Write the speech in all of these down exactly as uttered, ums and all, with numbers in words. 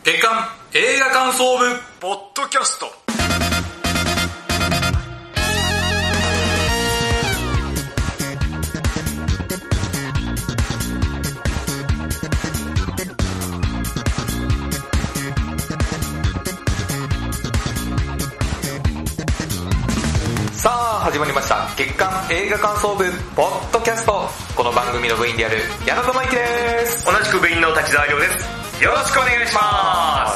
月刊映画感想部ポッドキャスト。 さあ始まりました月刊映画感想部ポッドキャスト。この番組の部員である矢野智之です。 同じく部員の滝沢亮です。よろしくお願いします。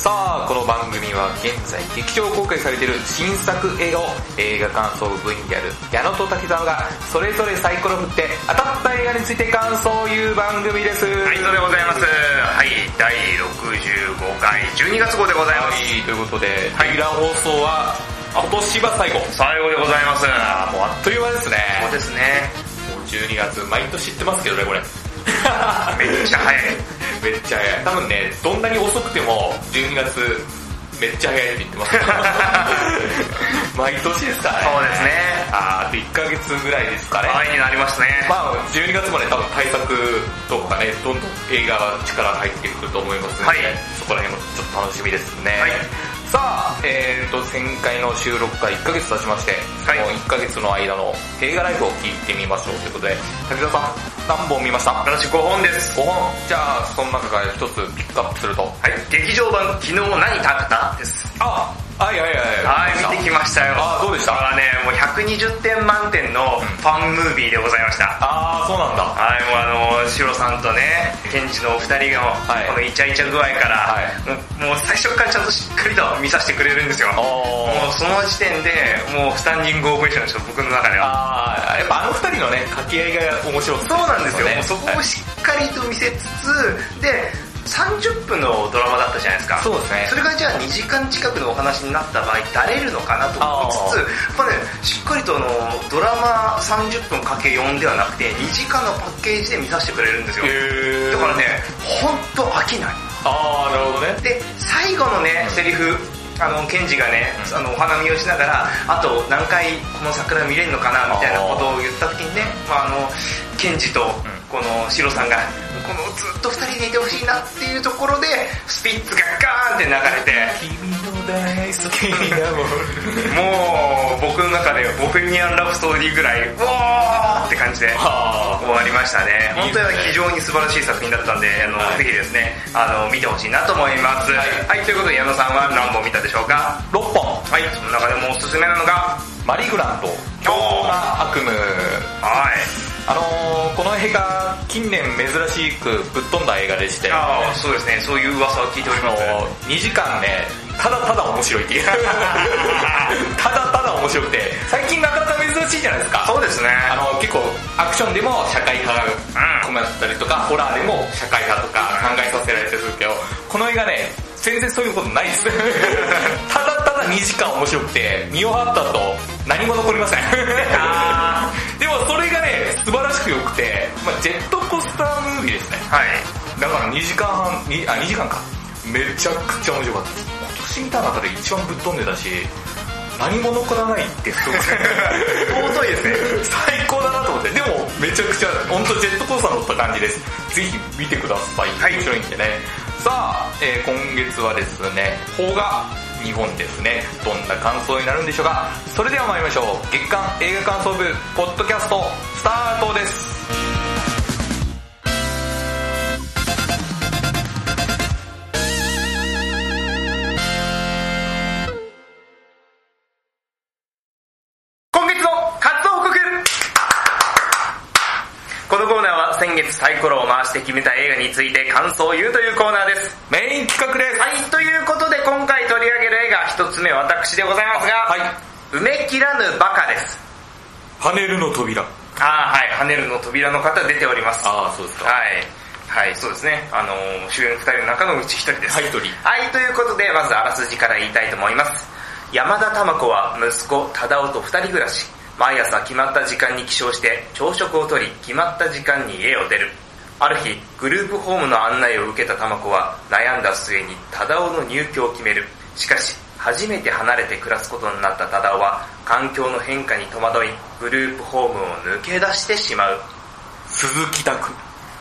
さあこの番組は現在劇場公開されている新作映画を映画感想部部員である矢野と滝沢がそれぞれサイコロ振って当たった映画について感想を言う番組です。 はい、そうでございます。はい、だいろくじゅうごかいじゅうにがつ号でございます。 はい、ということでレギュラー放送は今年は最後最後でございます。 あもうあっという間ですね。 そうですね。 もうじゅうにがつ毎年知ってますけどねこれめっちゃ早いめっちゃ早い。多分ねどんなに遅くてもじゅうにがつめっちゃ早いって言ってます毎年ですからね。 そうですね。 ああといっかげつぐらいですかね。 はいになりますね。まあじゅうにがつまで多分対策とかねどんどん映画は力が入ってくると思いますので、はい、そこら辺もちょっと楽しみですね。はい、さあ、えーと、前回の収録からいっかげつ経ちまして、はい、もういっかげつの間の映画ライフを聞いてみましょうということで、滝沢さん、何本見ました？ 私ごほんです。 ごほん。じゃあ、その中から一つピックアップすると。はい、 劇場版昨日何食べたです。 あはいはいはい。はい、見てきましたよ。 あどうでした？ だからね、もうひゃくにじゅってん満点のファンムービーでございました。 うん、ああ、そうなんだ。 はい、もうあの、シロさんとね、ケンジのお二人が、このイチャイチャ具合から、はい、もう、もう最初からちゃんとしっかりと見させてくれるんですよ。もうその時点で、もうスタンディングオベーションでしょ、僕の中では。 ああ、やっぱあの二人のね、掛け合いが面白いですね。 そうなんですよ。もうそこをしっかりと見せつつ、で、さんじゅっぷんのドラマだったじゃないですか。 そうですね。 それがじゃあにじかん近くのお話になった場合、だれるのかなと思いつつ、やっぱね、しっかりとあの、ドラマさんじゅっぷんかけよんではなくて、にじかんのパッケージで見させてくれるんですよ。 へー。 だからね、ほんと飽きない。 あー、なるほどね。 で、最後のね、セリフ、あの、ケンジがね、うん、あの、お花見をしながら、あと何回この桜見れるのかな、みたいなことを言った時にね、まああの、ケンジと、このシロさんが、このずっと二人でいてほしいなっていうところで、スピッツがガーンって流れて、 君の大好きなももう、僕の中でボヘミアン・ラブストーリーぐらい、うおーって感じで終わりましたね。本当に非常に素晴らしい作品だったんで、あの、はい、ぜひですね、あの、見てほしいなと思います。はい、はい、ということで矢野さんは何本見たでしょうか？ ろっぽん。 はい、その中でもおすすめなのが、 マリグラント、強な悪夢。 はい。 あのー、この映画、近年珍しくぶっ飛んだ映画でして、 ああ、そうですね、そういう噂を聞いております。 あのー、にじかんね、ただただ面白いっていう。ただただ面白くて、最近なかなか珍しいじゃないですか。 そうですね。 あの、結構、アクションでも社会派が込めったりとか、ホラーでも社会派とか考えさせられてるけど、この映画ね、全然そういうことないです。ただただにじかん面白くて、見終わった後、何も残りません。でもそれがね、素晴らしく良くて、まあ、ジェットコースタームービーですね。 はい。 だからにじかんはん、にあ、にじかんか。めちゃくちゃ面白かったです。今年見た中で一番ぶっ飛んでたし、何も残らないってすごく尊いですね。 最高だなと思って。でもめちゃくちゃ、ほんとジェットコースター乗った感じです。ぜひ見てください。はい、面白いんでね。さあ、えー、今月はですね、邦画にほんですね。どんな感想になるんでしょうか。それでは参りましょう。月刊映画感想部ポッドキャストスタートです。 このコーナーは先月サイコロを回して決めた映画について感想を言うというコーナーです。 メイン企画です。 はい、ということで今回取り上げる映画一つ目私でございますが、はい、埋め切らぬバカです。 跳ねるの扉。 ああ、はい、跳ねるの扉の方出ております。 ああ、そうですか。 はい。はい、そうですね。あのー、主演二人の中のうち一人です。 はい、一人。 はい、ということで、まずあらすじから言いたいと思います。山田珠子は息子、忠夫と二人暮らし。毎朝決まった時間に起床して朝食をとり決まった時間に家を出る。ある日グループホームの案内を受けた玉子は悩んだ末に忠夫の入居を決める。しかし初めて離れて暮らすことになった忠夫は環境の変化に戸惑いグループホームを抜け出してしまう。 鈴木拓。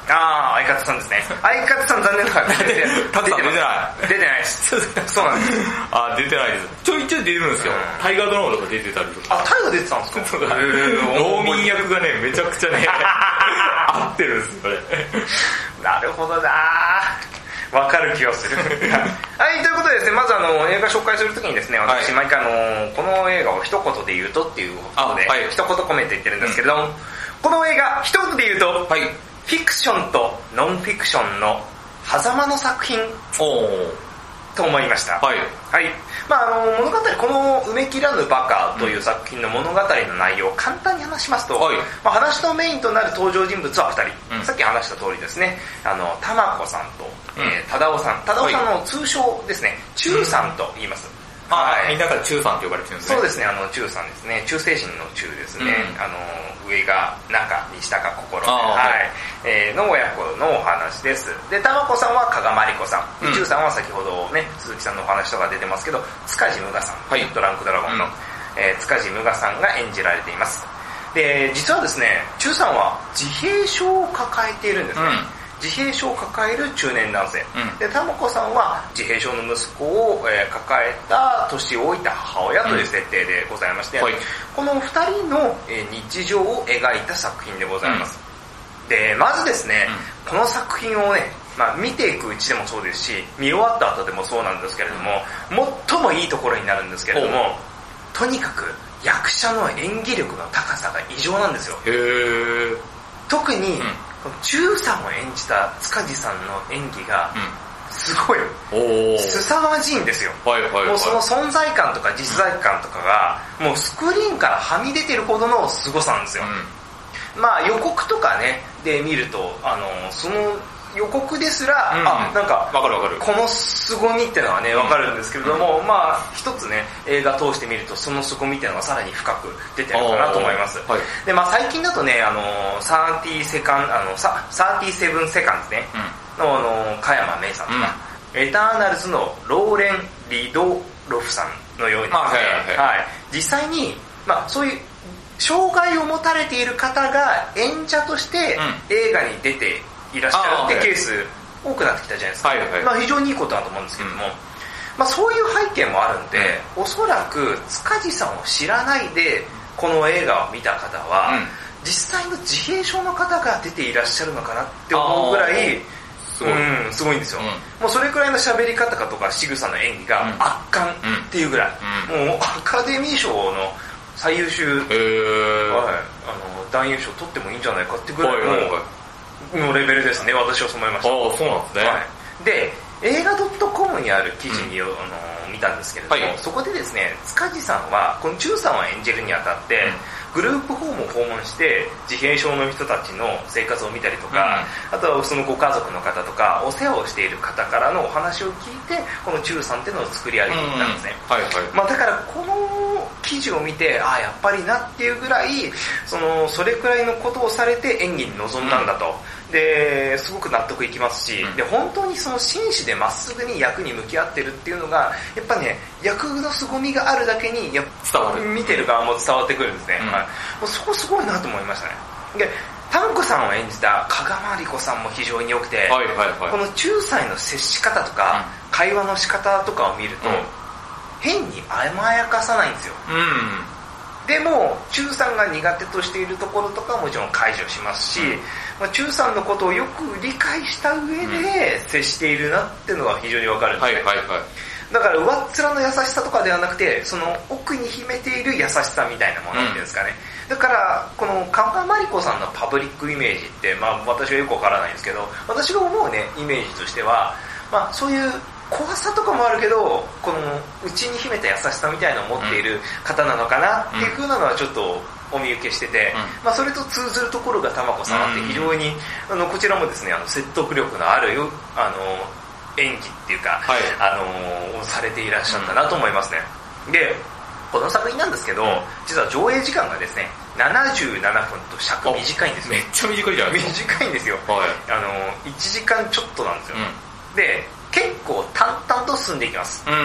ああ、相方さんですね。相方さん残念ながら出てない。 タクさん出てない。 出てないです。そうなんです。 あ、出てないです。ちょいちょい出てるんですよ。タイガードラマとか出てたりとか。 あ、タイガー出てたんですか？ 農民役がね、めちゃくちゃね、合ってるんですよ、これ。 なるほどなぁ。わかる気がする。はい、ということでですね、まずあの、映画紹介するときにですね、私毎回あの、この映画を一言で言うとっていうことで、はい、一言コメント言ってるんですけれども、うん、この映画、一言で言うと、はい、フィクションとノンフィクションの狭間の作品と思いました。はい。はい。まああの、物語、この埋め切らぬバカという作品の物語の内容を簡単に話しますと、はい、まあ、話のメインとなる登場人物はふたり。うん、さっき話した通りですね、あの、たまこさんと、うん、えー、ただおさん。ただおさんの通称ですね、ちゅうさんと言います。 うん、はい。みんなから中さんと呼ばれてるんですね。 そうですね、あの、中さんですね。中性人の中ですね。うん、あの、上が中に下が心で、はい。えー、の親子のお話です。で、たまこさんは加賀まりこさん。で、中さんは先ほどね、鈴木さんのお話とか出てますけど、塚地無我さん。はい。ドランクドラゴンの、うん、えー、塚地無我さんが演じられています。で、実はですね、中さんは自閉症を抱えているんですね。うん、自閉症を抱える中年男性、うん、でたまこさんは自閉症の息子を、えー、抱えた年老いた母親という設定でございまして、うん、はい、このふたりの、えー、日常を描いた作品でございます、うん、でまずですね、うん、この作品をね、まあ、見ていくうちでもそうですし見終わった後でもそうなんですけれども、最もいいところになるんですけれども、とにかく役者の演技力の高さが異常なんですよ。へー。特に、うん、中さんを演じた塚地さんの演技がすごい、うん、凄まじいんですよ、はいはいはい、もうその存在感とか実在感とかがもうスクリーンからはみ出てるほどの凄さなんですよ、うん、まあ予告とかねで見るとあのその予告ですら、うん、あ、なんかわかるわかる、 この凄みっていうのはねわかるんですけれども、うん、まあ一つね映画通して見るとその凄みっていうのがさらに深く出てるかなと思います、はい、でまあ最近だとねあのサーティーセカンあのサーティーセブンセカンズね、うん、のあの加山芽衣さんとか、うん、エターナルズのローレン・リドロフさんのようにですね、はいはいはい、実際にまあそういう障害を持たれている方が演者として映画に出ていらっしゃるってケース多くなってきたじゃないですか、はいはい、まあ非常にいいことだと思うんですけども、うん、まあそういう背景もあるんで、うん、おそらく塚地さんを知らないでこの映画を見た方は、うん、実際の自閉症の方が出ていらっしゃるのかなって思うぐらいすごい、うん、すごいんですよ、うん、もうそれくらいの喋り方とか仕草の演技が圧巻っていうぐらい、うん、もうアカデミー賞の最優秀、はい、あの男優賞取ってもいいんじゃないかってぐらいの、はいはいはいのレベルですね。私はそう思いました。 ああ、そうなんですね。はい、 で、映画 .com にある記事に、うん、あの見たんですけれども、はい、そこでですね、塚地さんは、この中さんを演じるにあたって、うん、グループホームを訪問して、自閉症の人たちの生活を見たりとか、うん、あとはそのご家族の方とか、お世話をしている方からのお話を聞いて、この中さんっていうのを作り上げていったんですね。うん、はいはい。まあだから、この記事を見て、ああ、やっぱりなっていうぐらい、その、それくらいのことをされて演技に臨んだんだと。うんで、すごく納得いきますし、うん、で、本当にその真摯でまっすぐに役に向き合ってるっていうのが、やっぱね、役の凄みがあるだけに、や伝わる。見てる側も伝わってくるんですね。うん、はい。もうそこすごいなと思いましたね。で、タンコさんを演じた加賀まりこさんも非常に良くて、はいはいはい、この中歳の接し方とか、うん、会話の仕方とかを見ると、うん、変に甘やかさないんですよ。うんでも、中さんが苦手としているところとかはもちろん解除しますし、うんまあ、中さんのことをよく理解した上で接しているなっていうのが非常にわかるんですね。はいはいはい。だから上っ面の優しさとかではなくて、その奥に秘めている優しさみたいなものっていうんですかね。うん、だから、この加賀まりこさんのパブリックイメージって、まあ私はよくわからないんですけど、私が思うね、イメージとしては、まあそういう怖さとかもあるけど、この内に秘めた優しさみたいなのを持っている方なのかなっていう風なのはちょっとお見受けしてて、うん、まあそれと通ずるところがたまこさんあって非常に、あのこちらもですね、あの説得力のあるよあの演技っていうか、はい、あのされていらっしゃったなと思いますね。で、この作品なんですけど、うん、実は上映時間がですね、ななじゅうななふんと尺短いんですよ。 めっちゃ短いじゃないですか。短いんですよ。はい、あのいちじかんちょっとなんですよ。うん、で結構淡々と進んでいきます。うん。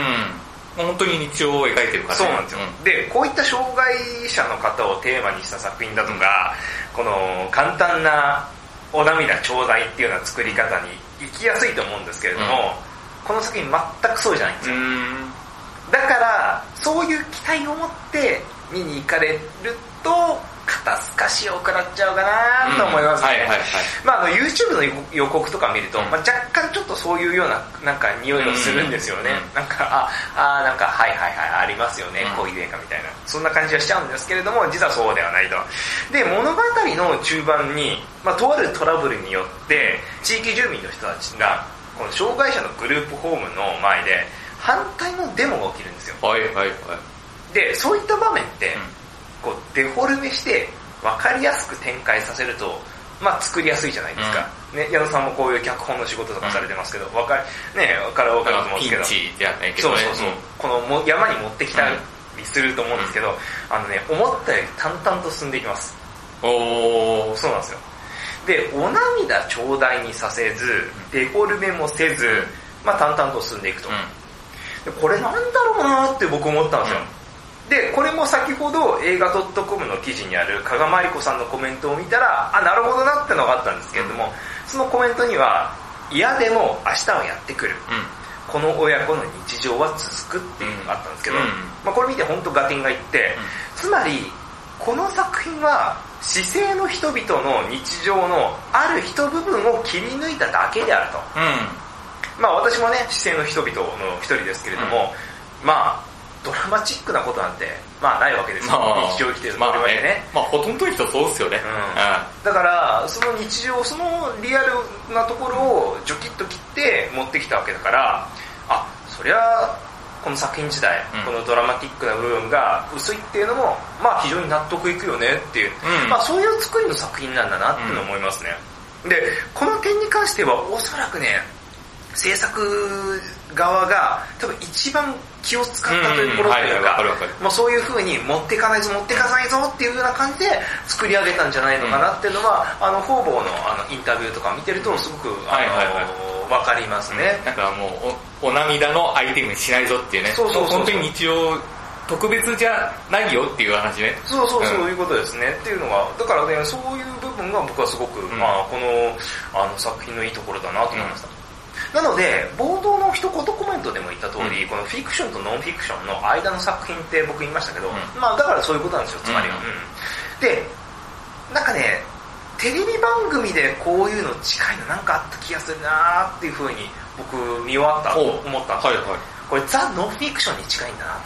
本当に日常を描いてる感じ。 そうなんですよ。うん、で、こういった障害者の方をテーマにした作品だとか、うん、この簡単なお涙ちょうだいっていうような作り方に行きやすいと思うんですけれども、うん、この作品全くそうじゃないんですよ。だからそういう期待を持って見に行かれると肩透かしを食らっちゃうかなと思いますね。まああの YouTube の予告とか見ると、うん、まあ、若干ちょっとそういうようななんか匂いをするんですよね。うん、なんかああなんかはいはいはいありますよね、うん、こういう映画みたいなそんな感じがしちゃうんですけれども、実はそうではないと。で物語の中盤に、まあ、とあるトラブルによって地域住民の人たちがこの障害者のグループホームの前で反対のデモが起きるんですよ。 はいはいはい。 でそういった場面って、うん、こうデフォルメして分かりやすく展開させると、まあ作りやすいじゃないですか。うん、ね、矢野さんもこういう脚本の仕事とかされてますけど、わ、うん、かる、ね、わかるわかると思うんですけど。 ピンチじゃないけどね。 そうそうそう。うん、このも山に持ってきたりすると思うんですけど、うん、あのね、思ったより淡々と進んでいきます。 おー。 そうなんですよ。で、お涙ちょうだいにさせず、デフォルメもせず、まあ淡々と進んでいくと。うん、でこれなんだろうなーって僕思ったんですよ。うん、で、これも先ほど映画 .com の記事にある加賀まりこさんのコメントを見たら、あ、なるほどなってのがあったんですけれども、うん、そのコメントには、嫌でも明日はやってくる。うん、この親子の日常は続くっていうのがあったんですけど、うん、まあこれ見て本当合点がいって、うん、つまり、この作品は、市政の人々の日常のある一部分を切り抜いただけであると。うん、まあ私もね、市政の人々の一人ですけれども、うん、まあ、ドラマチックなことなんて、まあないわけですよ。まあ、日常生きてるまあね、ね。まあほとんどの人そうですよね。うん、 だから、その日常、そのリアルなところをジョキッと切って持ってきたわけだから、あ、そりゃ、この作品自体、うん、このドラマティックな部分が薄いっていうのも、まあ非常に納得いくよねっていう、うん、まあそういう作りの作品なんだなっていうのを思いますね。うん、で、この点に関してはおそらくね、制作側が多分一番気を使ったというところというか、まあそういう風に持っていかないぞ持っていかないぞっていうような感じで作り上げたんじゃないのかなっていうのは、うん、あの方々のあのインタビューとか見てるとすごくあのわかりますね。 だからもうお、お涙のアイテムにしないぞっていうね。そうそうそうそう。本当に日常特別じゃないよっていう話ね。 そうそうそう、うん、いうことですね。っていうのが、だからね、そういう部分が僕はすごく、うん、まあこのあの作品のいいところだなと思いました。うんなので、冒頭の一言コメントでも言った通り、うん、このフィクションとノンフィクションの間の作品って僕言いましたけど、うん、まあだからそういうことなんですよ、つまりは。うんうん、で、なんかね、テレビ番組でこういうの近いのなんかあった気がするなーっていう風に僕見終わったと思ったんですよ。はいはい、これザ・ノンフィクションに近いんだなって。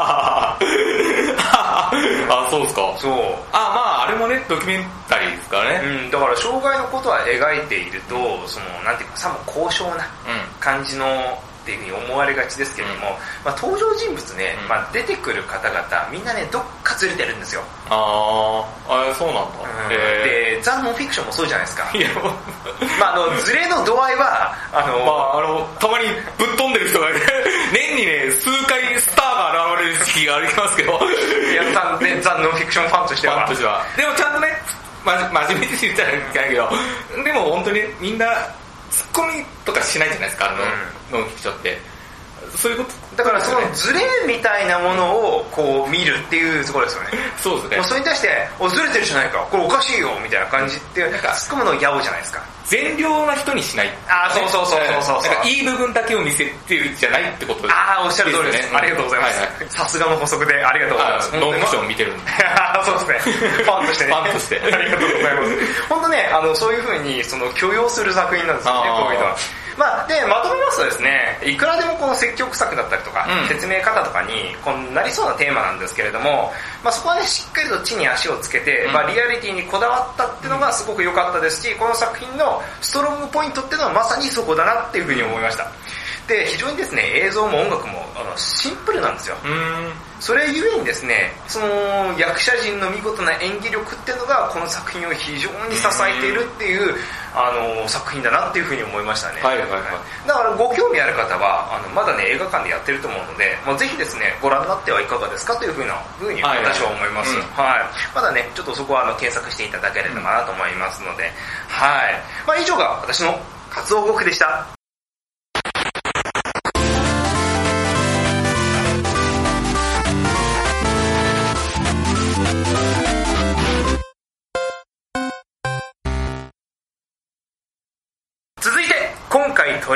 あ、そうですか。 そう。 あ、まああれもね、ドキュメンタリーですからね。 うん、だから障害のことは描いていると、その、なんていうか、さも高尚な感じの、っていうふうに思われがちですけれども、うん、まあ登場人物ね、うん、まあ出てくる方々、みんなね、どっかずれてるんですよ。 あー、あ、そうなんだ。 うん、で、ザ・ノンフィクションもそうじゃないですか。いや、まああの、ずれの度合いは、あの、 まああの、たまにぶっ飛んでる人がね、年にね、数回スターが現れる時期がありますけど。 いや、ザ・ノンフィクションファンとしては。 ファンとしては。でもちゃんとね、ま、真面目に言ったらいけないけど、でも本当にみんな、ツッコミとかしないじゃないですか、あの、ノンフィクションって。そういうこと。 だからそのズレみたいなものをこう見るっていうところですよね。 そうですね。 もうそれに対して、お、ずれてるじゃないか、これおかしいよ、みたいな感じって、なんか突っ込むのやおじゃないですか。 善良な人にしない。 ああ、そうそうそうそうそう。 なんかいい部分だけを見せてるじゃないってことですね。 ああ、おっしゃる通りです。ありがとうございます。さすがの補足でありがとうございます。 ノンフィクション見てるんで。 そうですね。ファンとしてね。 ファンとして。 ありがとうございます。本当ね、あの、そういう風に、その、許容する作品なんですよね、こういうのは。まあ、で、まとめますとですね、いくらでもこの積極策だったりとか、うん、説明方とかに、こうなりそうなテーマなんですけれども、まあそこはね、しっかりと地に足をつけて、うん、まあリアリティにこだわったっていうのがすごく良かったですし、この作品のストロングポイントっていうのはまさにそこだなっていうふうに思いました。で、非常にですね、映像も音楽もあのシンプルなんですよ。うんそれゆえにですね、その役者陣の見事な演技力っていうのがこの作品を非常に支えているっていうあの作品だなっていうふうに思いましたね。 はいはいはい。 だからご興味ある方はあのまだね映画館でやってると思うので、まあ、ぜひですねご覧になってはいかがですかというふうなふうに私は思います。はい、はいはい、まだねちょっとそこはあの検索していただければなと思いますので、はい。まあ以上が私の活動報告でした。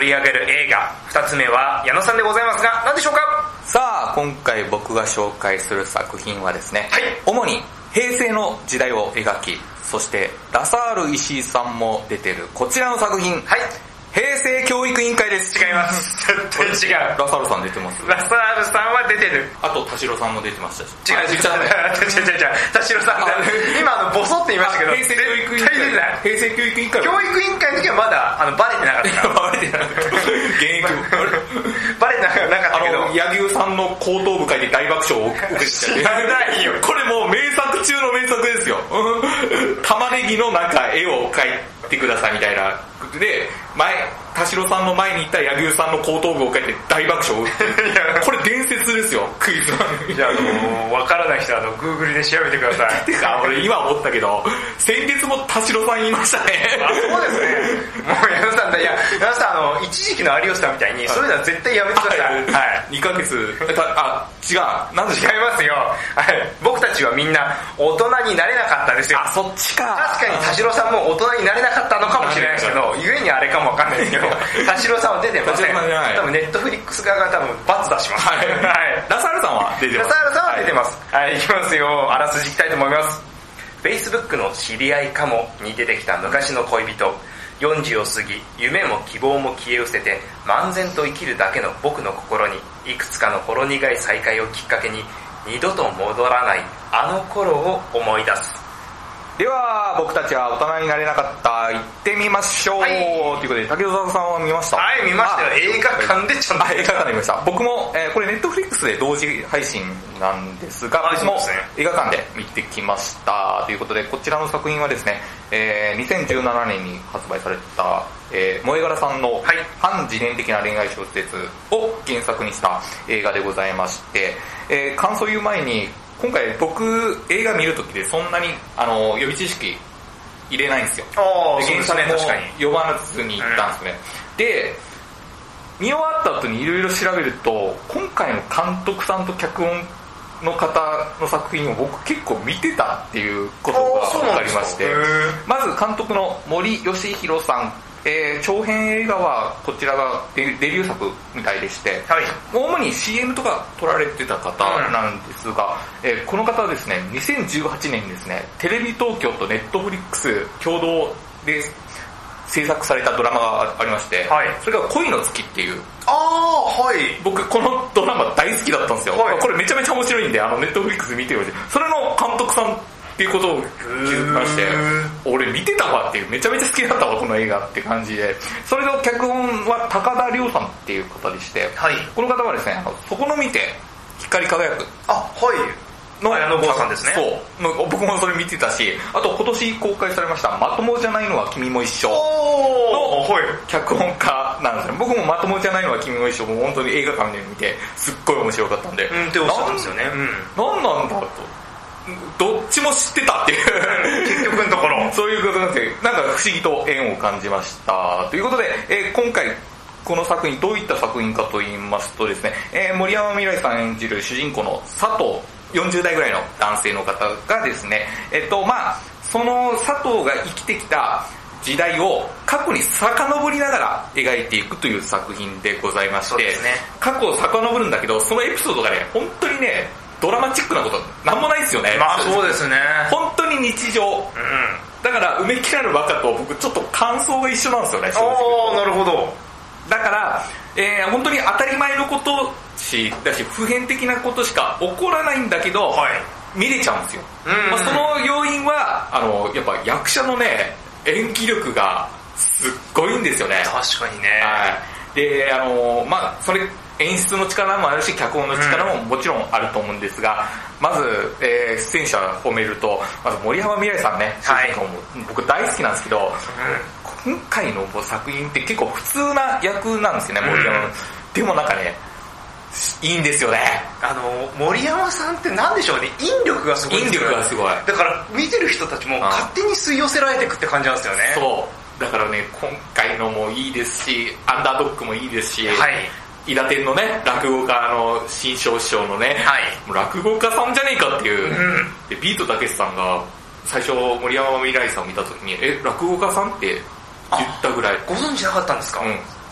り上げる映画、二つ目は矢野さんでございますが、何でしょうか？ さあ、今回僕が紹介する作品はですね、 はい、 主に平成の時代を描き、そしてラサール石井さんも出てるこちらの作品、 はい、 平成教育委員会です。 違います。絶対違う。 ラサールさん出てます。 ラサールさんは出てる。 あと田代さんも出てましたし。 違う違う違う違う違う。田代さんだ。今あのボソって言いましたけど、 平成教育委員会。平成教育委員会。 教育委員会の時はまだあのバレてなかったから。 バレてなかった。現役バレてなかったけど、 あの柳生さんの後頭部会で大爆笑を受けて知らないよ。 これもう名作中の名作ですよ。玉ねぎのなんか絵を描いてくださいみたいなで、前田代さんの前にいた柳生さんの後頭部を描いて大爆笑をこれ伝説ですよ、クイズは。 じゃあ、あのー、わからない人はあの Google で調べてください。 てか俺今思ったけど、先月も田代さんいましたね。 あ、そうですね。もう矢野さんだ、いや矢野さん、あの一時期の有吉さんみたいにそういうのは絶対やめてください。 はい、にかげつあ違うなんで違いますよ。はい、僕たちはみんな大人になれなかったですよ。 あ、そっちか。 確かに田代さんも大人になれなかったのかもしれないですけど、ゆえにあれかもわかんないですけど、田代さんは出てません。多分ネットフリックス側が多分罰出します。はい。 ラサールさんは出てます。 ラサールさんは出てます。はい、はい、いきますよ。あらすじいきたいと思います。Facebook の知り合いかもに出てきた昔の恋人。よんじゅうを過ぎ、夢も希望も消え失せて漫然と生きるだけの僕の心に、いくつかのほろ苦い再会をきっかけに二度と戻らないあの頃を思い出す。 では僕たちは大人になれなかった、行ってみましょう、はい、ということで竹澤さんは見ました？ はい、見ましたよ。映画館でちゃんと。 あ、映画館で見ました。僕も、えー、これネットフリックスで同時配信なんですが、僕も映画館で見てきましたということで、こちらの作品はですね、えー、にせんじゅうななねんに発売された、えー、萌え柄さんの反自伝的な恋愛小説を原作にした映画でございまして、えー、感想言う前に、今回僕映画見るときでそんなにあの予備知識入れないんですよ。 ああ、 原作も読まずに行ったんですね。うん、で、見終わった後にいろいろ調べると、今回の監督さんと脚本の方の作品を僕結構見てたっていうことが分かりまして、まず監督の森喜弘さん、えー、長編映画はこちらがデビュー作みたいでして、はい、主に シーエム とか撮られてた方なんですが、うん、えー、この方はですね、にせんじゅうはちねんにですね、テレビ東京とネットフリックス共同で制作されたドラマがありまして、はい、それが恋の月っていう。 ああ、はい。 僕このドラマ大好きだったんですよ。はい、これめちゃめちゃ面白いんで、あのネットフリックス見てほしい。それの監督さんっていうことを気づきまして、俺見てたわっていう、めちゃめちゃ好きだったわこの映画って感じで、それの脚本は高田亮さんっていう方でして、はい、この方はですね、そこの見て光り輝く、 あ、はいの綾野剛さんですね。 そう、僕もそれ見てたし、あと今年公開されましたまともじゃないのは君も一緒の脚本家なんですね。僕もまともじゃないのは君も一緒も本当に映画館で見てすっごい面白かったんで、 うんっておっしゃったんですよね。 うん、なんなんだと。どっちも知ってたっていう結局のところそういうことなんで、なんか不思議と縁を感じましたということで、えー、今回この作品どういった作品かと言いますとですね、えー、森山未來さん演じる主人公の佐藤、よんじゅう代ぐらいの男性の方がですね、えっとまあその佐藤が生きてきた時代を過去に遡りながら描いていくという作品でございまして、ね、過去を遡るんだけど、そのエピソードがね、本当にねドラマチックなことなんもないですよね。 まあそうですね。 本当に日常。うん。だから梅木なるバカと僕ちょっと感想が一緒なんですよね。 ああ、なるほど。 だから、えー、本当に当たり前のことしだし普遍的なことしか起こらないんだけど、はい、見れちゃうんですよ。うんうん、まあ、その要因はあのやっぱ役者のね演技力がすっごいんですよね。 確かにね。 はい。で、あのまあそれ。演出の力もあるし脚本の力ももちろんあると思うんですが、うん、まず、えー、出演者褒めると、まず森山未來さんね、はい、僕大好きなんですけど、うん、今回の作品って結構普通な役なんですよね、森山、うん、でもなんかねいいんですよね。 あの森山さんってなんでしょうね、引力がすごいんですよ。 引力がすごい。 だから見てる人たちも勝手に吸い寄せられていくって感じなんですよね。 そうだからね、今回のもいいですし、アンダードッグもいいですし、 はい、 伊達天のね、落語家の新庄師匠のね、はい、もう落語家さんじゃねえかっていう、うん、でビートたけしさんが最初森山未來さんを見た時に、え、落語家さんって言ったぐらい。 ご存知なかったんですか？うん。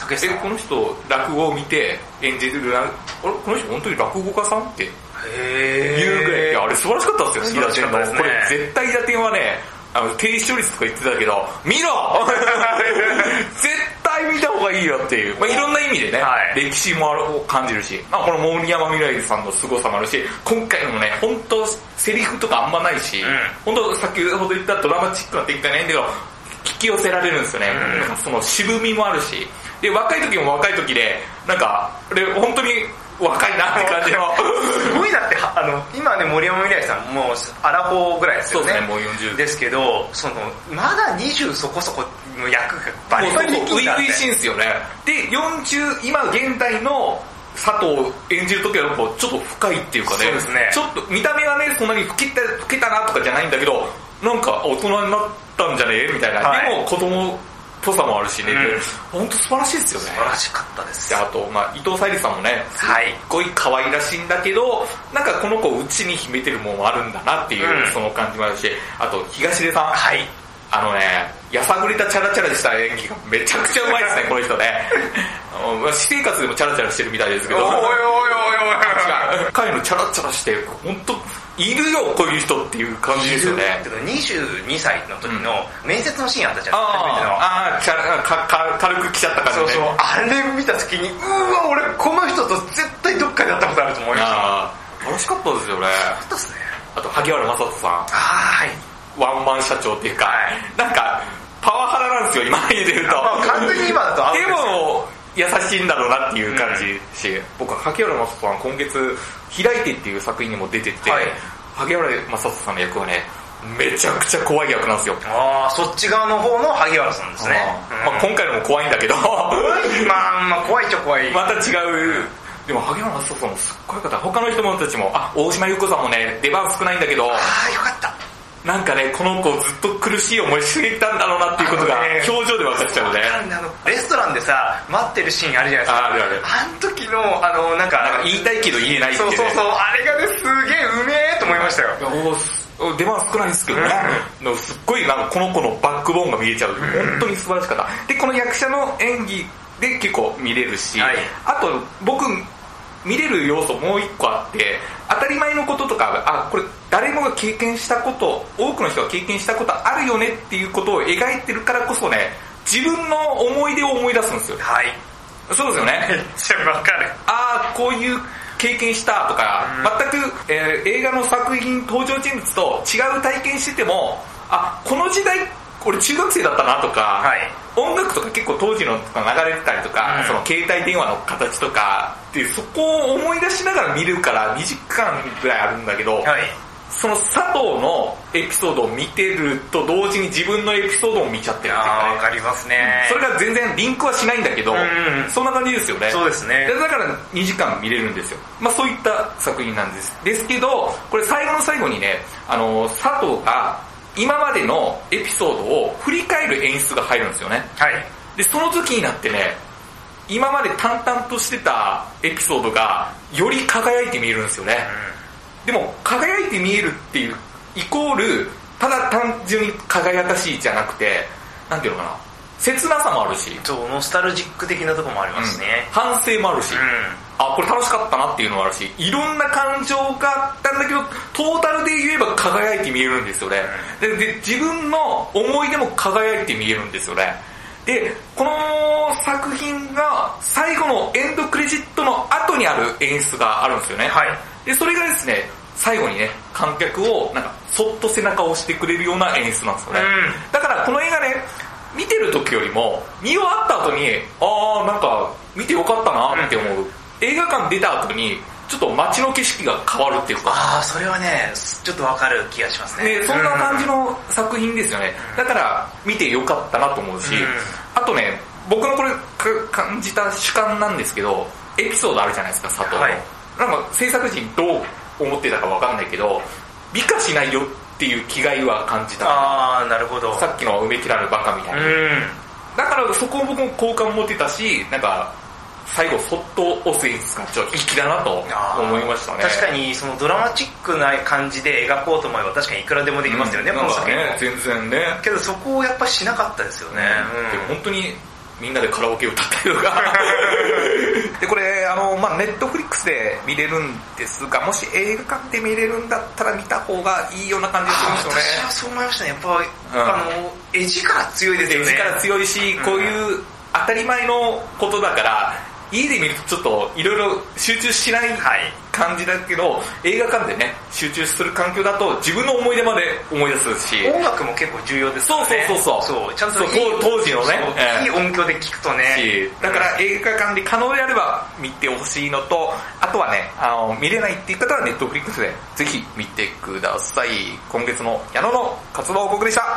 竹内さん。 で、この人、落語を見て演じるな、あれこの人本当に落語家さんって言うぐらい、いや、あれ素晴らしかったですよ、伊達天の。これ絶対伊達天はね、あの、低視聴率とか言ってたけど、見ろ絶対見た方がいいよっていう。まあ、いろんな意味でね、はい、歴史もあるを感じるし、まあ、この森山未來さんの凄さもあるし、今回もね、本当セリフとかあんまないし、うん、本当先ほど言ったドラマチックな展開ないんだけど、引き寄せられるんですよね。うん、なんかその渋みもあるし、で、若い時も若い時で、なんか、俺本当に若いなって感じの。 すごいなって、あの、今ね、森山未来さんもう、アラフォーぐらいですよね。 そうですね、もうよんじゅう。 ですけど、その、まだにじゅうそこそこの役がバリバリできるんだって。 初々しいんですよね。で、よんじゅう、今現代の佐藤を演じる時はちょっと深いっていうかね。 そうですね。 ちょっと、見た目はね、そんなに老けた、老けたなとかじゃないんだけど、なんか大人になったんじゃねえみたいな。はい、でも子供、ぽさもあるしね、うん、本当素晴らしいですよね。 素晴らしかったです。 で、あと、まあ、伊藤沙莉さんもね、すっごい可愛らしいんだけど、なんかこの子内に秘めてるものもあるんだなっていう、うん、その感じもあるし、あと、東出さん。 はい。 あのね、やさぐれたチャラチャラした演技がめちゃくちゃうまいですね、この人ね。私生活でもチャラチャラしてるみたいですけど。おいおいおいおいおい。違う。彼のチャラチャラして、本当いるよ、こういう人っていう感じですよね。 にじゅうにさいの時の面接のシーンあったじゃん。 ああ、かか軽く来ちゃった感じね。 そうそう。あれ見た時に、うわ、俺この人と絶対どっかで会ったことあると思いました。 ああ、楽しかったですよね。 楽しかったですね。 あと、萩原正人さん。 ああ、はい。 ワンマン社長っていうか、なんか、パワハラなんですよ、今言うてると。 まあ、完全に今だとでも、優しいんだろうなっていう感じし、うん、僕は萩原正人さん今月、開いてっていう作品にも出てて、はい、萩原正人さんの役はね、めちゃくちゃ怖い役なんですよ。 ああ、そっち側の方の萩原さんですね。 うん、まあ、今回のも怖いんだけど、 まあ、まあ怖いっちゃ怖い。 また違う、でも萩原正人さんもすっごい方、他の人もたちも、あ、大島優子さんもね、出番少ないんだけど、 ああ、よかった。 なんかね、この子ずっと苦しい思いしてたんだろうなっていうことが表情で分かっちゃうね。 あのレストランでさ、待ってるシーンあるじゃないですか。 あるある。 あの時の、あの、なんか、 なんか言いたいけど言えないっていう、ね。 そうそうそう、あれがね、すげえうめえと思いましたよ。 お出番少ないんですけどね。うん、すっごいなんかこの子のバックボーンが見えちゃう。うん、本当に素晴らしかった。で、この役者の演技で結構見れるし、はい、あと僕、見れる要素もう一個あって、当たり前のこととか、あ、これ誰もが経験したこと、多くの人が経験したことあるよねっていうことを描いてるからこそね、自分の思い出を思い出すんですよ。 はい。 そうですよね。 めっちゃわかる。 あー、こういう経験したとか、うん、全く、えー、映画の作品登場人物と違う体験してても、あ、この時代、俺中学生だったなとか、はい、音楽とか結構当時のとか流れてたりとか、うん、その携帯電話の形とかってそこを思い出しながら見るからにじかんぐらいあるんだけど、はい、その佐藤のエピソードを見てると同時に自分のエピソードを見ちゃってるっていうか、ね、 わかりますね。 それが全然リンクはしないんだけど、うん、そんな感じですよね。 そうですね。 だからにじかん見れるんですよ。まあそういった作品なんです。ですけど、これ最後の最後にね、あの、佐藤が今までのエピソードを振り返る演出が入るんですよね。 はい。 で、その時になってね、今まで淡々としてたエピソードがより輝いて見えるんですよね。うん、でも、輝いて見えるっていうイコール、ただ単純に輝かしいじゃなくて、なんていうのかな、切なさもあるし。 そう、ノスタルジック的なとこもありますね。 うん、反省もあるし。うん、あ、これ楽しかったなっていうのもあるし、いろんな感情があったんだけど、トータルで言えば輝いて見えるんですよね。で、で自分の思い出も輝いて見えるんですよね。で、この作品が最後のエンドクレジットの後にある演出があるんですよね。はい。で、それがですね、最後にね、観客をなんかそっと背中を押してくれるような演出なんですよね。うん、だからこの映画ね、見てる時よりも、見終わった後に、あーなんか見てよかったなって思う。うん、映画館出た後に、ちょっと街の景色が変わるっていうか。 ああ、それはね、ちょっとわかる気がしますね。 ね、そんな感じの作品ですよね。だから、見てよかったなと思うし、うん、あとね、僕のこれ感じた主観なんですけど、エピソードあるじゃないですか、佐藤の。はい、なんか制作陣どう思ってたかわかんないけど、美化しないよっていう気概は感じた。 ああ、なるほど。 さっきの埋め切らぬバカみたいな。うん、だからそこを僕も好感持ってたし、なんか、最後そっと押す演出がちょっと粋だなと思いましたね。 確かにそのドラマチックな感じで描こうと思えば確かにいくらでもできますよね、 うん、この作品ね、全然ね。 けどそこをやっぱしなかったですよね。 うん、でも本当にみんなでカラオケ歌ったりとかでこれあの、まあ、ネットフリックスで見れるんですが、もし映画館で見れるんだったら見た方がいいような感じがするんですよね。 私はそう思いましたね。やっぱり、うん、あの絵力強いですよね。 絵力強いし、こういう当たり前のことだから家で見るとちょっといろいろ集中しない感じだけど、はい、映画館でね集中する環境だと自分の思い出まで思い出すし、 音楽も結構重要ですよね。 そうそうそうそう、 ちゃんと当時のね、 いい音響で聞くとね。 だから映画館で可能であれば見てほしいのと、あとはね、あの見れないっていう方はネットフリックスでぜひ見てください。今月の矢野の活動報告でした。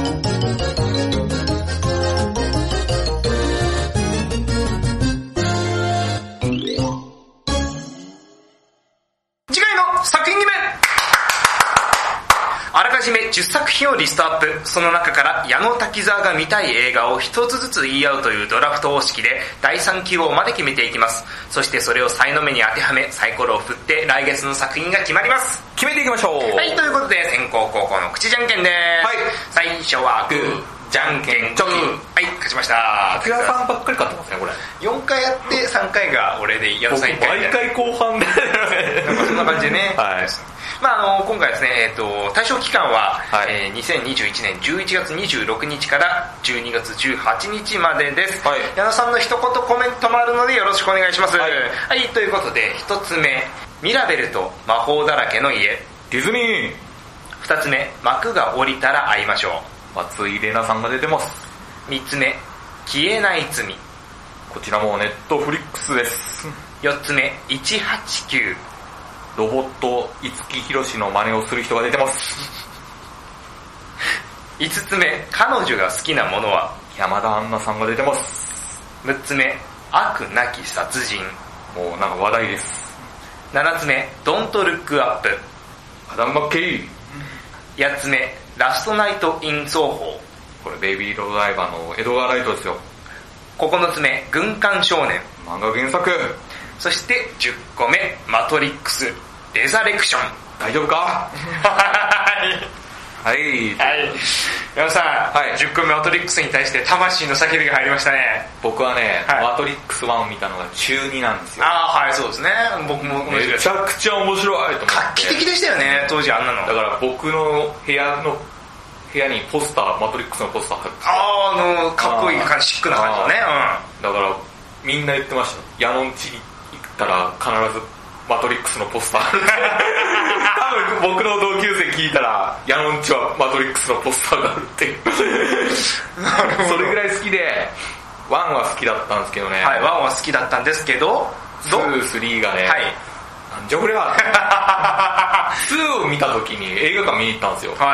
作品決め。あらかじめじゅっさくひんをリストアップ。その中から矢野滝沢が見たい映画を一つずつ言い合うというドラフト方式でだいさん希望まで決めていきます。そしてそれを才の目に当てはめサイコロを振って来月の作品が決まります。 決めていきましょう。 はい、ということで先攻後攻の口じゃんけんです。はい、最初はグーじゃんけんチョキ。はい、勝ちました。 滝沢さんばっかり勝ってますねこれ。 よんかいやってさんかいが俺で矢野さんいっかい。 毎回後半でなんかそんな感じでね。はい。まああの今回ですね、えっ、ー、と対象期間は、はい、えー、にせんにじゅういちねんじゅういちがつにじゅうろくにちからじゅうにがつじゅうはちにちまでです。はい、矢野さんの一言コメントもあるのでよろしくお願いします。はい、はい、ということでひとつめ、ミラベルと魔法だらけの家。 ディズニー。 ふたつめ、幕が降りたら会いましょう。松井玲奈さんが出てます。 みっつめ、消えない罪。 こちらもネットフリックスです。 よっつめ、いちはちきゅう。 ロボット五木ひろしの真似をする人が出てます。 いつつめ、彼女が好きなものは。 山田杏奈さんが出てます。 むっつめ、悪なき殺人。 もうなんか話題です。 ななつめ、ドントルックアップ。 アダム・マッケイ。 やっつめ、ラストナイト・イン・奏法。 これベイビードライバーのエドガー・ライトですよ。 ここのつめ、軍艦少年。 漫画原作。 そしてじゅっこめ、マトリックスレザレクション。 大丈夫かはいはい。 矢野さん、はい、じゅっこめマトリックスに対して魂の叫びが入りましたね。 僕はね、はい、マトリックスワンを見たのが中になんですよ。 ああ、はい、そうですね。僕もめちゃくちゃ面白いと思って。 画期的でしたよね、当時あんなの。 だから僕の部屋の部屋にポスター、マトリックスのポスター貼って。 ああ、あの、かっこいい感じ、シックな感じだね。 うん。だからみんな言ってました。矢野ん家に行ったら必ずマトリックスのポスター多分僕の同級生聞いたら矢野んちはマトリックスのポスターがあるっていうそれぐらい好きでワンは好きだったんですけどね。 はい、ワンは好きだったんですけどツー、スリーがね、はい、なんじゃこれはツーを見た時に映画館見に行ったんですよ。はい、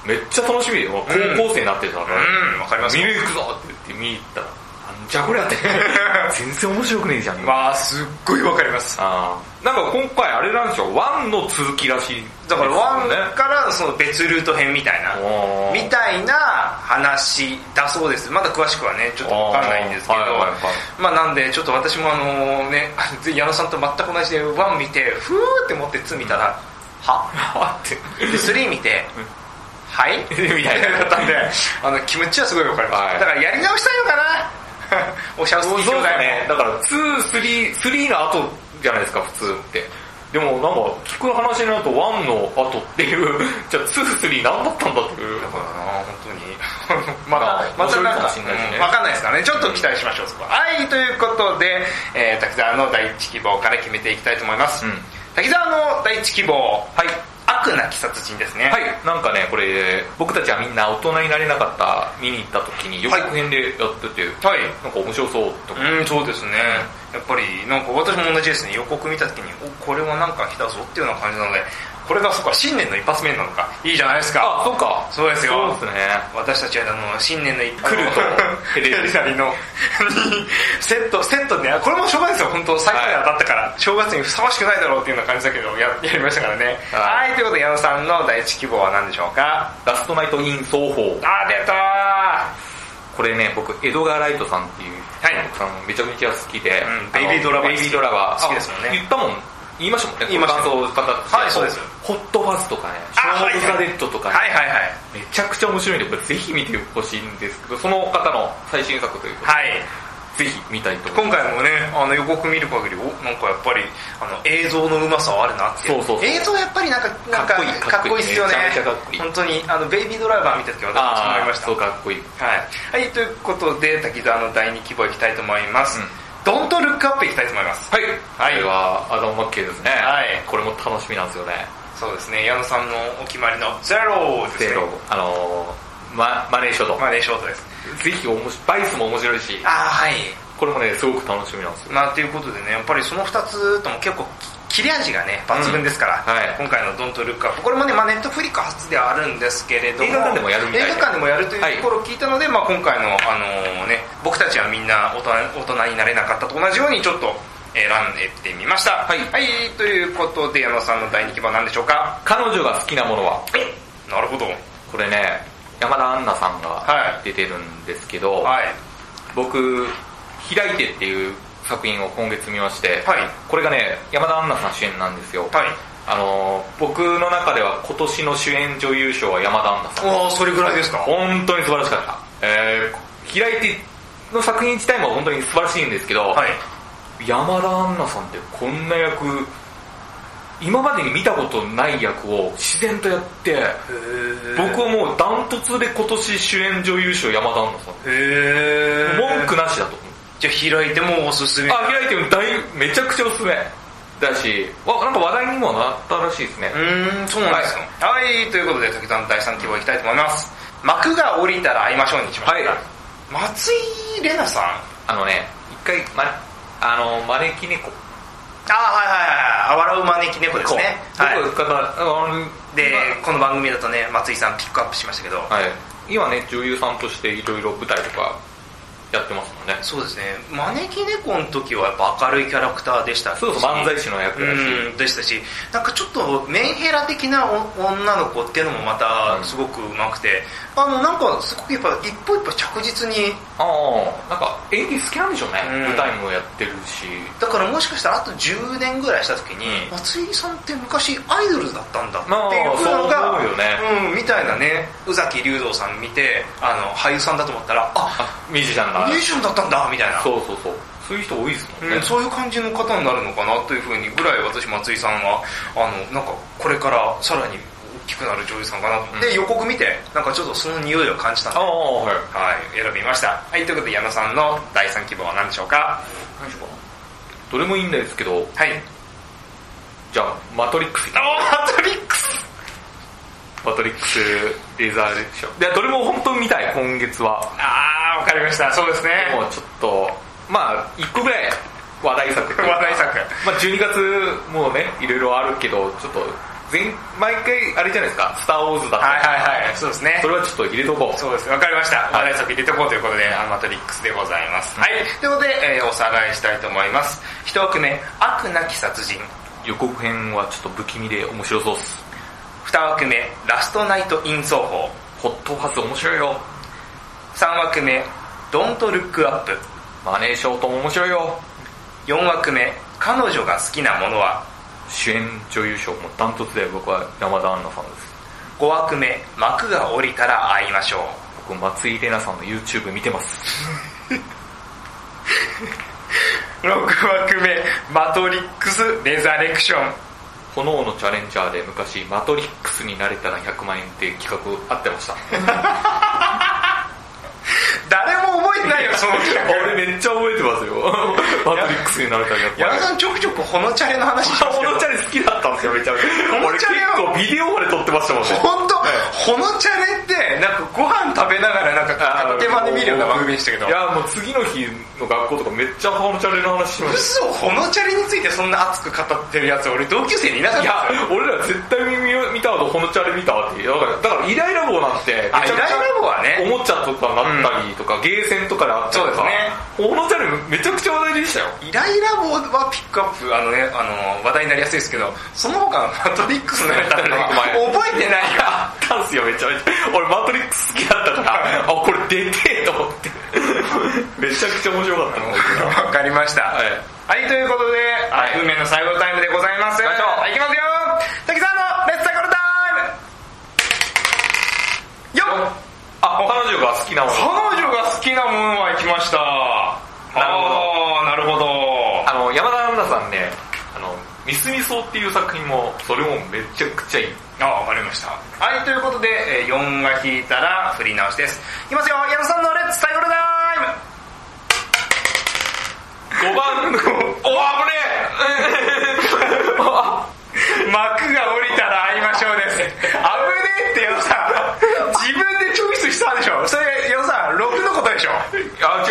めっちゃ楽しみで高校生になってたから、 うん、わかります。 見に行くぞって言って見に行ったらじゃあこれやって全然面白くねえじゃん。 まあすっごいわかります。 あなんか今回あれなんでしょう、ワンの続きらしい、ね、 だからワンからその別ルート編みたいなみたいな話だそうです。まだ詳しくはねちょっとわかんないんですけど、はいはいはい、まあなんでちょっと私もあのね矢野さんと全く同じでワン見てふーって思ってツー見たら、うん、ははってでスリー見てはいみたいなだったんであの気持ちはすごいわかります、はい、だからやり直したいのかなおしゃすき兄弟ね。だからツー、スリー、スリーの後じゃないですか普通って。でもなんか聞く話になるとワンの後っていうじゃあツー、スリー何だったんだっていう。 だからな本当にまたまたなんか分かんないですからね。ちょっと期待しましょうそこは。はい、ということで、えー、滝沢の第一希望から決めていきたいと思います、うん、滝沢の第一希望、はい、悪なき殺人ですね。 はい、なんかねこれ僕たちはみんな大人になれなかった見に行った時に予告編でやってて、はい、なんか面白そうと思って。 うん、そうですね。やっぱりなんか私も同じですね。予告見た時におこれはなんか来たぞっていうような感じなので、これがそうか新年の一発目なのかいいじゃないですか。 あ、そうか。 そうですよ。 そうですね。 私たちはあの新年の一発目来るとヘレナリのセットセットね、これもしょうがないですよ本当最高に当たったから、はい、正月にふさわしくないだろうっていうような感じだけどややりましたからね。はい、はい、ということで矢野さんの第一希望は何でしょうか。 ラストナイトイン奏法。 あー出たー。 これね僕エドガー・ライトさんっていう、はい、さんめちゃめちゃ好きで、 うん、ベイビードラバーベイビードラバー好きですもんね。 言ったもん言いましたもんね。 言いました。 感想を語って。 はい、そうです。 ホットファズとかね、ショーブザデッドとかね。 はいはいはい。 めちゃくちゃ面白いんで、これぜひ見てほしいんですけど、その方の最新作ということで。 はい。 ぜひ見たいと思います。 今回もね、あの予告見る限り、お、なんかやっぱり、あの、映像のうまさはあるなって。 そうそうそう。 映像やっぱりなんか、なんか、かっこいいっすよね。 めちゃめちゃかっこいい。 本当に、あの、ベイビードライバー見た時は私も思いました。 そう、かっこいい。 はい。はい、ということで、滝沢のだいに希望いきたいと思います。うん、ドントルックアップいきたいと思います。 はい。はい。これは、アダム・マッケイですね。 はい。 これも楽しみなんですよね。 そうですね、矢野さんのお決まりのゼロですね。ゼロ。 あのー、マ、マネーショート。 マネーショートです。 ぜひおもし、バイスも面白いし。 あー、はい。これもね、すごく楽しみなんですよ。 まあ、ということでね、やっぱりその二つとも結構切れ味がね、抜群ですから、うん、はい、今回のドントルックアップ、これもね、まあネットフリック初ではあるんですけれども、 映画館でもやるみたいで。 映画館でもやるというところを聞いたので、はい、まあ今回の、あのー、ね、僕たちはみんな大人、大人になれなかったと同じようにちょっと選んでってみました。はい。はい、ということで、矢野さんのだいに希望は何でしょうか？ 彼女が好きなものは？ え、なるほど。 これね、山田杏奈さんが出てるんですけど、はい、僕、開いてっていう作品を今月見まして、はい、これがね、山田杏奈さん主演なんですよ。はい、あのー、僕の中では今年の主演女優賞は山田杏奈さん。 おー、それぐらいですか？ 本当に素晴らしかった。えー、開いての作品自体も本当に素晴らしいんですけど、はい、山田杏奈さんってこんな役、今までに見たことない役を自然とやって、僕はもうダントツで今年主演女優賞山田杏奈さん。へー、文句なしだと思う。 じゃあ開いてもおすすめ？ あ、開いても大、めちゃくちゃおすすめだし、わ、なんか話題にもなったらしいですね。 うーん、そうなんですか。はい、はい、ということで滝沢のだいさん希望いきたいと思います。幕が降りたら会いましょうにしました。はい、松井玲奈さん。 あのね、一回、ま、あの、招き猫。 あ、はいはいはい、笑う招き猫ですね。 はい。 で、この番組だとね、松井さんピックアップしましたけど、 はい、今ね、女優さんとしていろいろ舞台とかやってますもんね。 そうですね。招き猫の時はやっぱ明るいキャラクターでしたし、 そうそう、漫才師の役だし、 うん、でしたし、なんかちょっとメンヘラ的な女の子っていうのもまたすごく上手くて、あのなんかすごくやっぱ一歩一歩着実に、 ああ、なんか演技好きなんでしょうね、うん、舞台もやってるし。 だからもしかしたらあとじゅうねんぐらいした時に、うん、松井さんって昔アイドルだったんだっていうのが、 そうよね、 うん、みたいなね、宇崎竜童さん見て、あの俳優さんだと思ったら、あ、 ミュージシャンがミュージシャンだったんだみたいな。 そうそうそう。そういう人多いですもんね、 うん。そういう感じの方になるのかなというふうにぐらい私松井さんはあのなんかこれからさらに大きくなる女優さんかなと、うん、で予告見てなんかちょっとその匂いを感じたんで、あ、はい、はい、選びました。はい、ということで矢野さんのだいさん希望は何でしょうか？ 何でしょうか？どれもいいんですけど、はい。じゃあマトリックス。 あ、マトリックス。 マトリックスレーザーレクション。いや、どれも本当に見たい、今月は。 あー、わかりました。そうですね。 もうちょっと、まあ、いっこぐらい話題作。 話題作。 まあ、じゅうにがつもうね、いろいろあるけど、ちょっと、前、毎回、あれじゃないですか、スターウォーズだったり。 はいはいはい、そうですね。 それはちょっと入れとこう。 そうです。わかりました。話題作入れとこうということで、はい、マトリックスでございます。はい。ということで、えー、おさらいしたいと思います。一枠目、悪なき殺人。 予告編はちょっと不気味で面白そうです。 二枠目、ラストナイト・イン奏法。 ホットファズ面白いよ。 三枠目、ドントルックアップ。 マネーショートも面白いよ。 四枠目、彼女が好きなものは。 主演女優賞もダントツで僕は山田杏奈さんです。 五枠目、幕が降りたら会いましょう。 僕松井玲奈さんの YouTube 見てます。 六枠目、マトリックス・レザレクション。 炎のチャレンジャーで昔マトリックスになれたらひゃくまんえんって企画あってました。 誰も覚えてないよ、その企画。 俺めっちゃ覚えてますよ。マトリックスになれたらひゃくまんえん。 矢田さんちょくちょくほのチャレの話しますけど。 ほのチャレ好きだったんですよ、めちゃめちゃ。俺結構ビデオまで撮ってましたもんね。 ほんと、ほのチャレって、なんかご飯食べながらなんか片手間で見るような番組でしたけど。 いや、もう次の日の学校とかめっちゃほのチャレの話しました。 嘘、ほのチャレについてそんな熱く語ってるやつ、俺同級生にいなかったんですよ。 いや、俺ら絶対見見た後ほのチャレ見たって。だから、だからイライラ棒なんて、 めちゃくちゃイライラ棒はね、 おもちゃとかなったりとか、うん、ゲーセンとかであったりとか。そうですね。ほのチャレめちゃくちゃ話題でしたよ。 イライラ棒はピックアップ、あのね、あの、話題になりやすいですけど、その他のマトリックスのやつ覚えてないよ。 あったんすよ、めちゃめちゃ。俺マトリックス好きだったから、あ、これ出てえと思って。 めちゃくちゃ面白かったの。 わかりました。はい。はい、ということで、はい、運命の最後のタイムでございます。 行きましょう。 はい、行きますよ。滝沢のレッツサイコロタイムよっ。 あ、彼女が好きなもの。 彼女が好きなものは行きました。なるほど。なるほど。 あの、山田奈々さんね、あの、ミスミソっていう作品も、それもめちゃくちゃいい。 あ、わかりました。はい、ということで、よんが引いたら振り直しです。いきますよ、矢野さんのレッツサイコロタイムごばん、お、危ねえ幕が降りたら会いましょうです。危ねえって矢野さん、自分でチョイスしたでしょ。それ、矢野さん、ろくのことでしょ。 あ、違い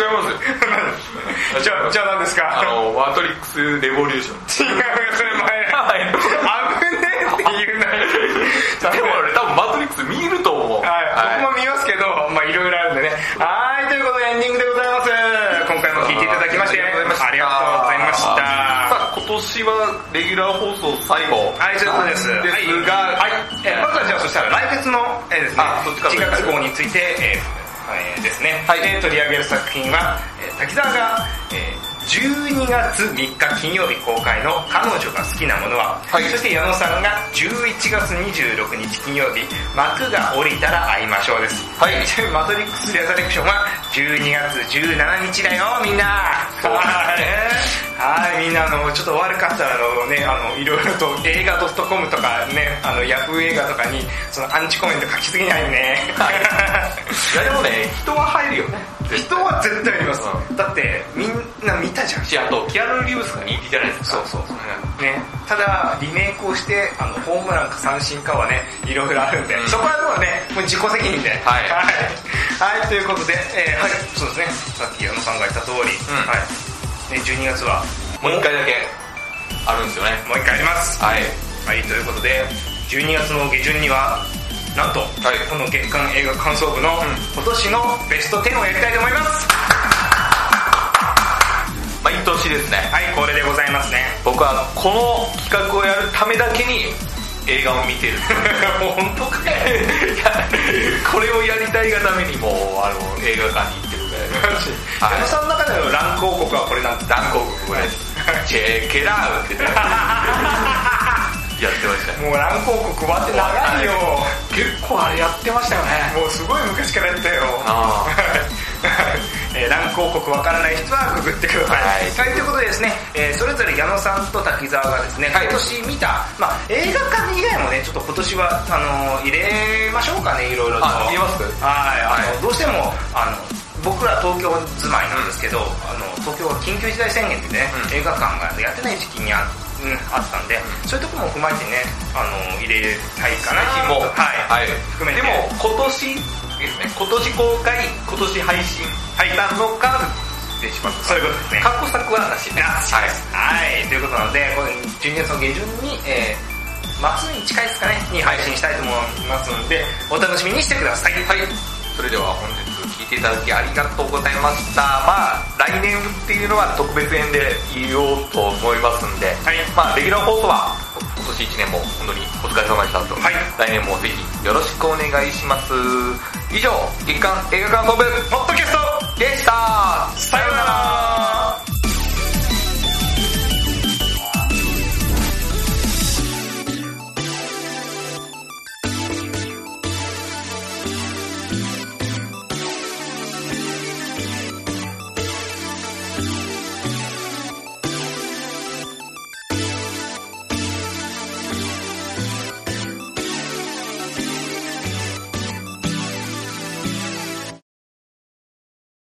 ますじゃあ、じゃあ何ですか。 あの、マトリックスレボリューション。 違う、それ前。危ねえって言うな。 でも俺多分マトリックス見ると思う。 はい、はい、僕も見ますけど、まあいろいろあるんでね。はい、ということでエンディングでございます。今回も聞いていただきまして、ありがとうございました。 さあ、今年はレギュラー放送最後。 はい、そういうことです。 ですが、 はい、えまずはじゃあそしたら来月の、えー、ですね、いちがつ号について、えーえー、ですね、はい、取り上げる作品は、えー、滝沢が、えーじゅうにがつみっか金曜日公開の彼女が好きなものは、はい、そして矢野さんがじゅういちがつにじゅうろくにち金曜日幕が降りたら会いましょうです。はい。ちなみにマトリックスレザレクションはじゅうにがつじゅうしちにちだよみんな。はい。はい、みんなあのちょっと悪かったらあのね、あのいろいろと映画 .com とかね、あのヤフー映画とかにそのアンチコメント書きすぎないね。はい。 いやでもね、人は入るよね。 人は絶対あります、うん、だってみんな見たじゃん。 し、あとキアヌ・リーブスが人気じゃないですか。 そうそうそう、うん、ね。ただリメイクをしてあのホームランか三振かはねいろいろあるんで、うん、そこはもうねもう自己責任で、はいはい、はい、ということで、えー、はい、そうですね、さっき矢野さんが言った通り、うん、はい、ね、じゅうにがつはもう一回だけあるんですよね。 もう一回あります。はい、はい、ということでじゅうにがつの下旬にはなんと、はい、この月間映画感想部の今年のベストじゅうをやりたいと思います。 毎年ですね。 はい、これでございますね。 僕はこの企画をやるためだけに映画を見てる。 もう本当かよ。 これをやりたいがためにもうあの映画館に行ってるぐらい。 矢野さんの中でのランク王国はこれなんです。 ランク王国これです。チェケラウって言ってやってました。 もう乱広告終わって長いよ。 結構あれやってましたよね。 もうすごい昔からやったよ。あえー、乱広告わからない人はググってください。はい、はい、ということでですね、えー、それぞれ矢野さんと滝沢がですね、はい、今年見た、まあ映画館以外もね、ちょっと今年はあのー、入れましょうかね、いろいろと。 あ、入れます？ はい、あの、はい、どうしてもあの僕ら東京住まいなんですけど、うん、あの東京は緊急事態宣言でね、うん、映画館がやってない時期にあって。うん、あったんで、うん、そういうところも踏まえてね、あの入れたいかなと、 もはい、はい、含めて。でも今年ですね、今年公開、今年配信したのかでします。 そういうことですね。 過去作はなしです。 はい、はい、ということなので、これじゅうにがつの下旬に、えー、末に近いですかねに配信したいと思いますので、お楽しみにしてください。 はい。それでは本日聞いていただきありがとうございました。まあ来年っていうのは特別編で言おうと思いますんで、はい、まあレギュラー放送は今年いちねんも本当にお疲れ様でしたと、はい、来年もぜひよろしくお願いします。以上、月刊映画感想部ポッドキャストでした。さようなら。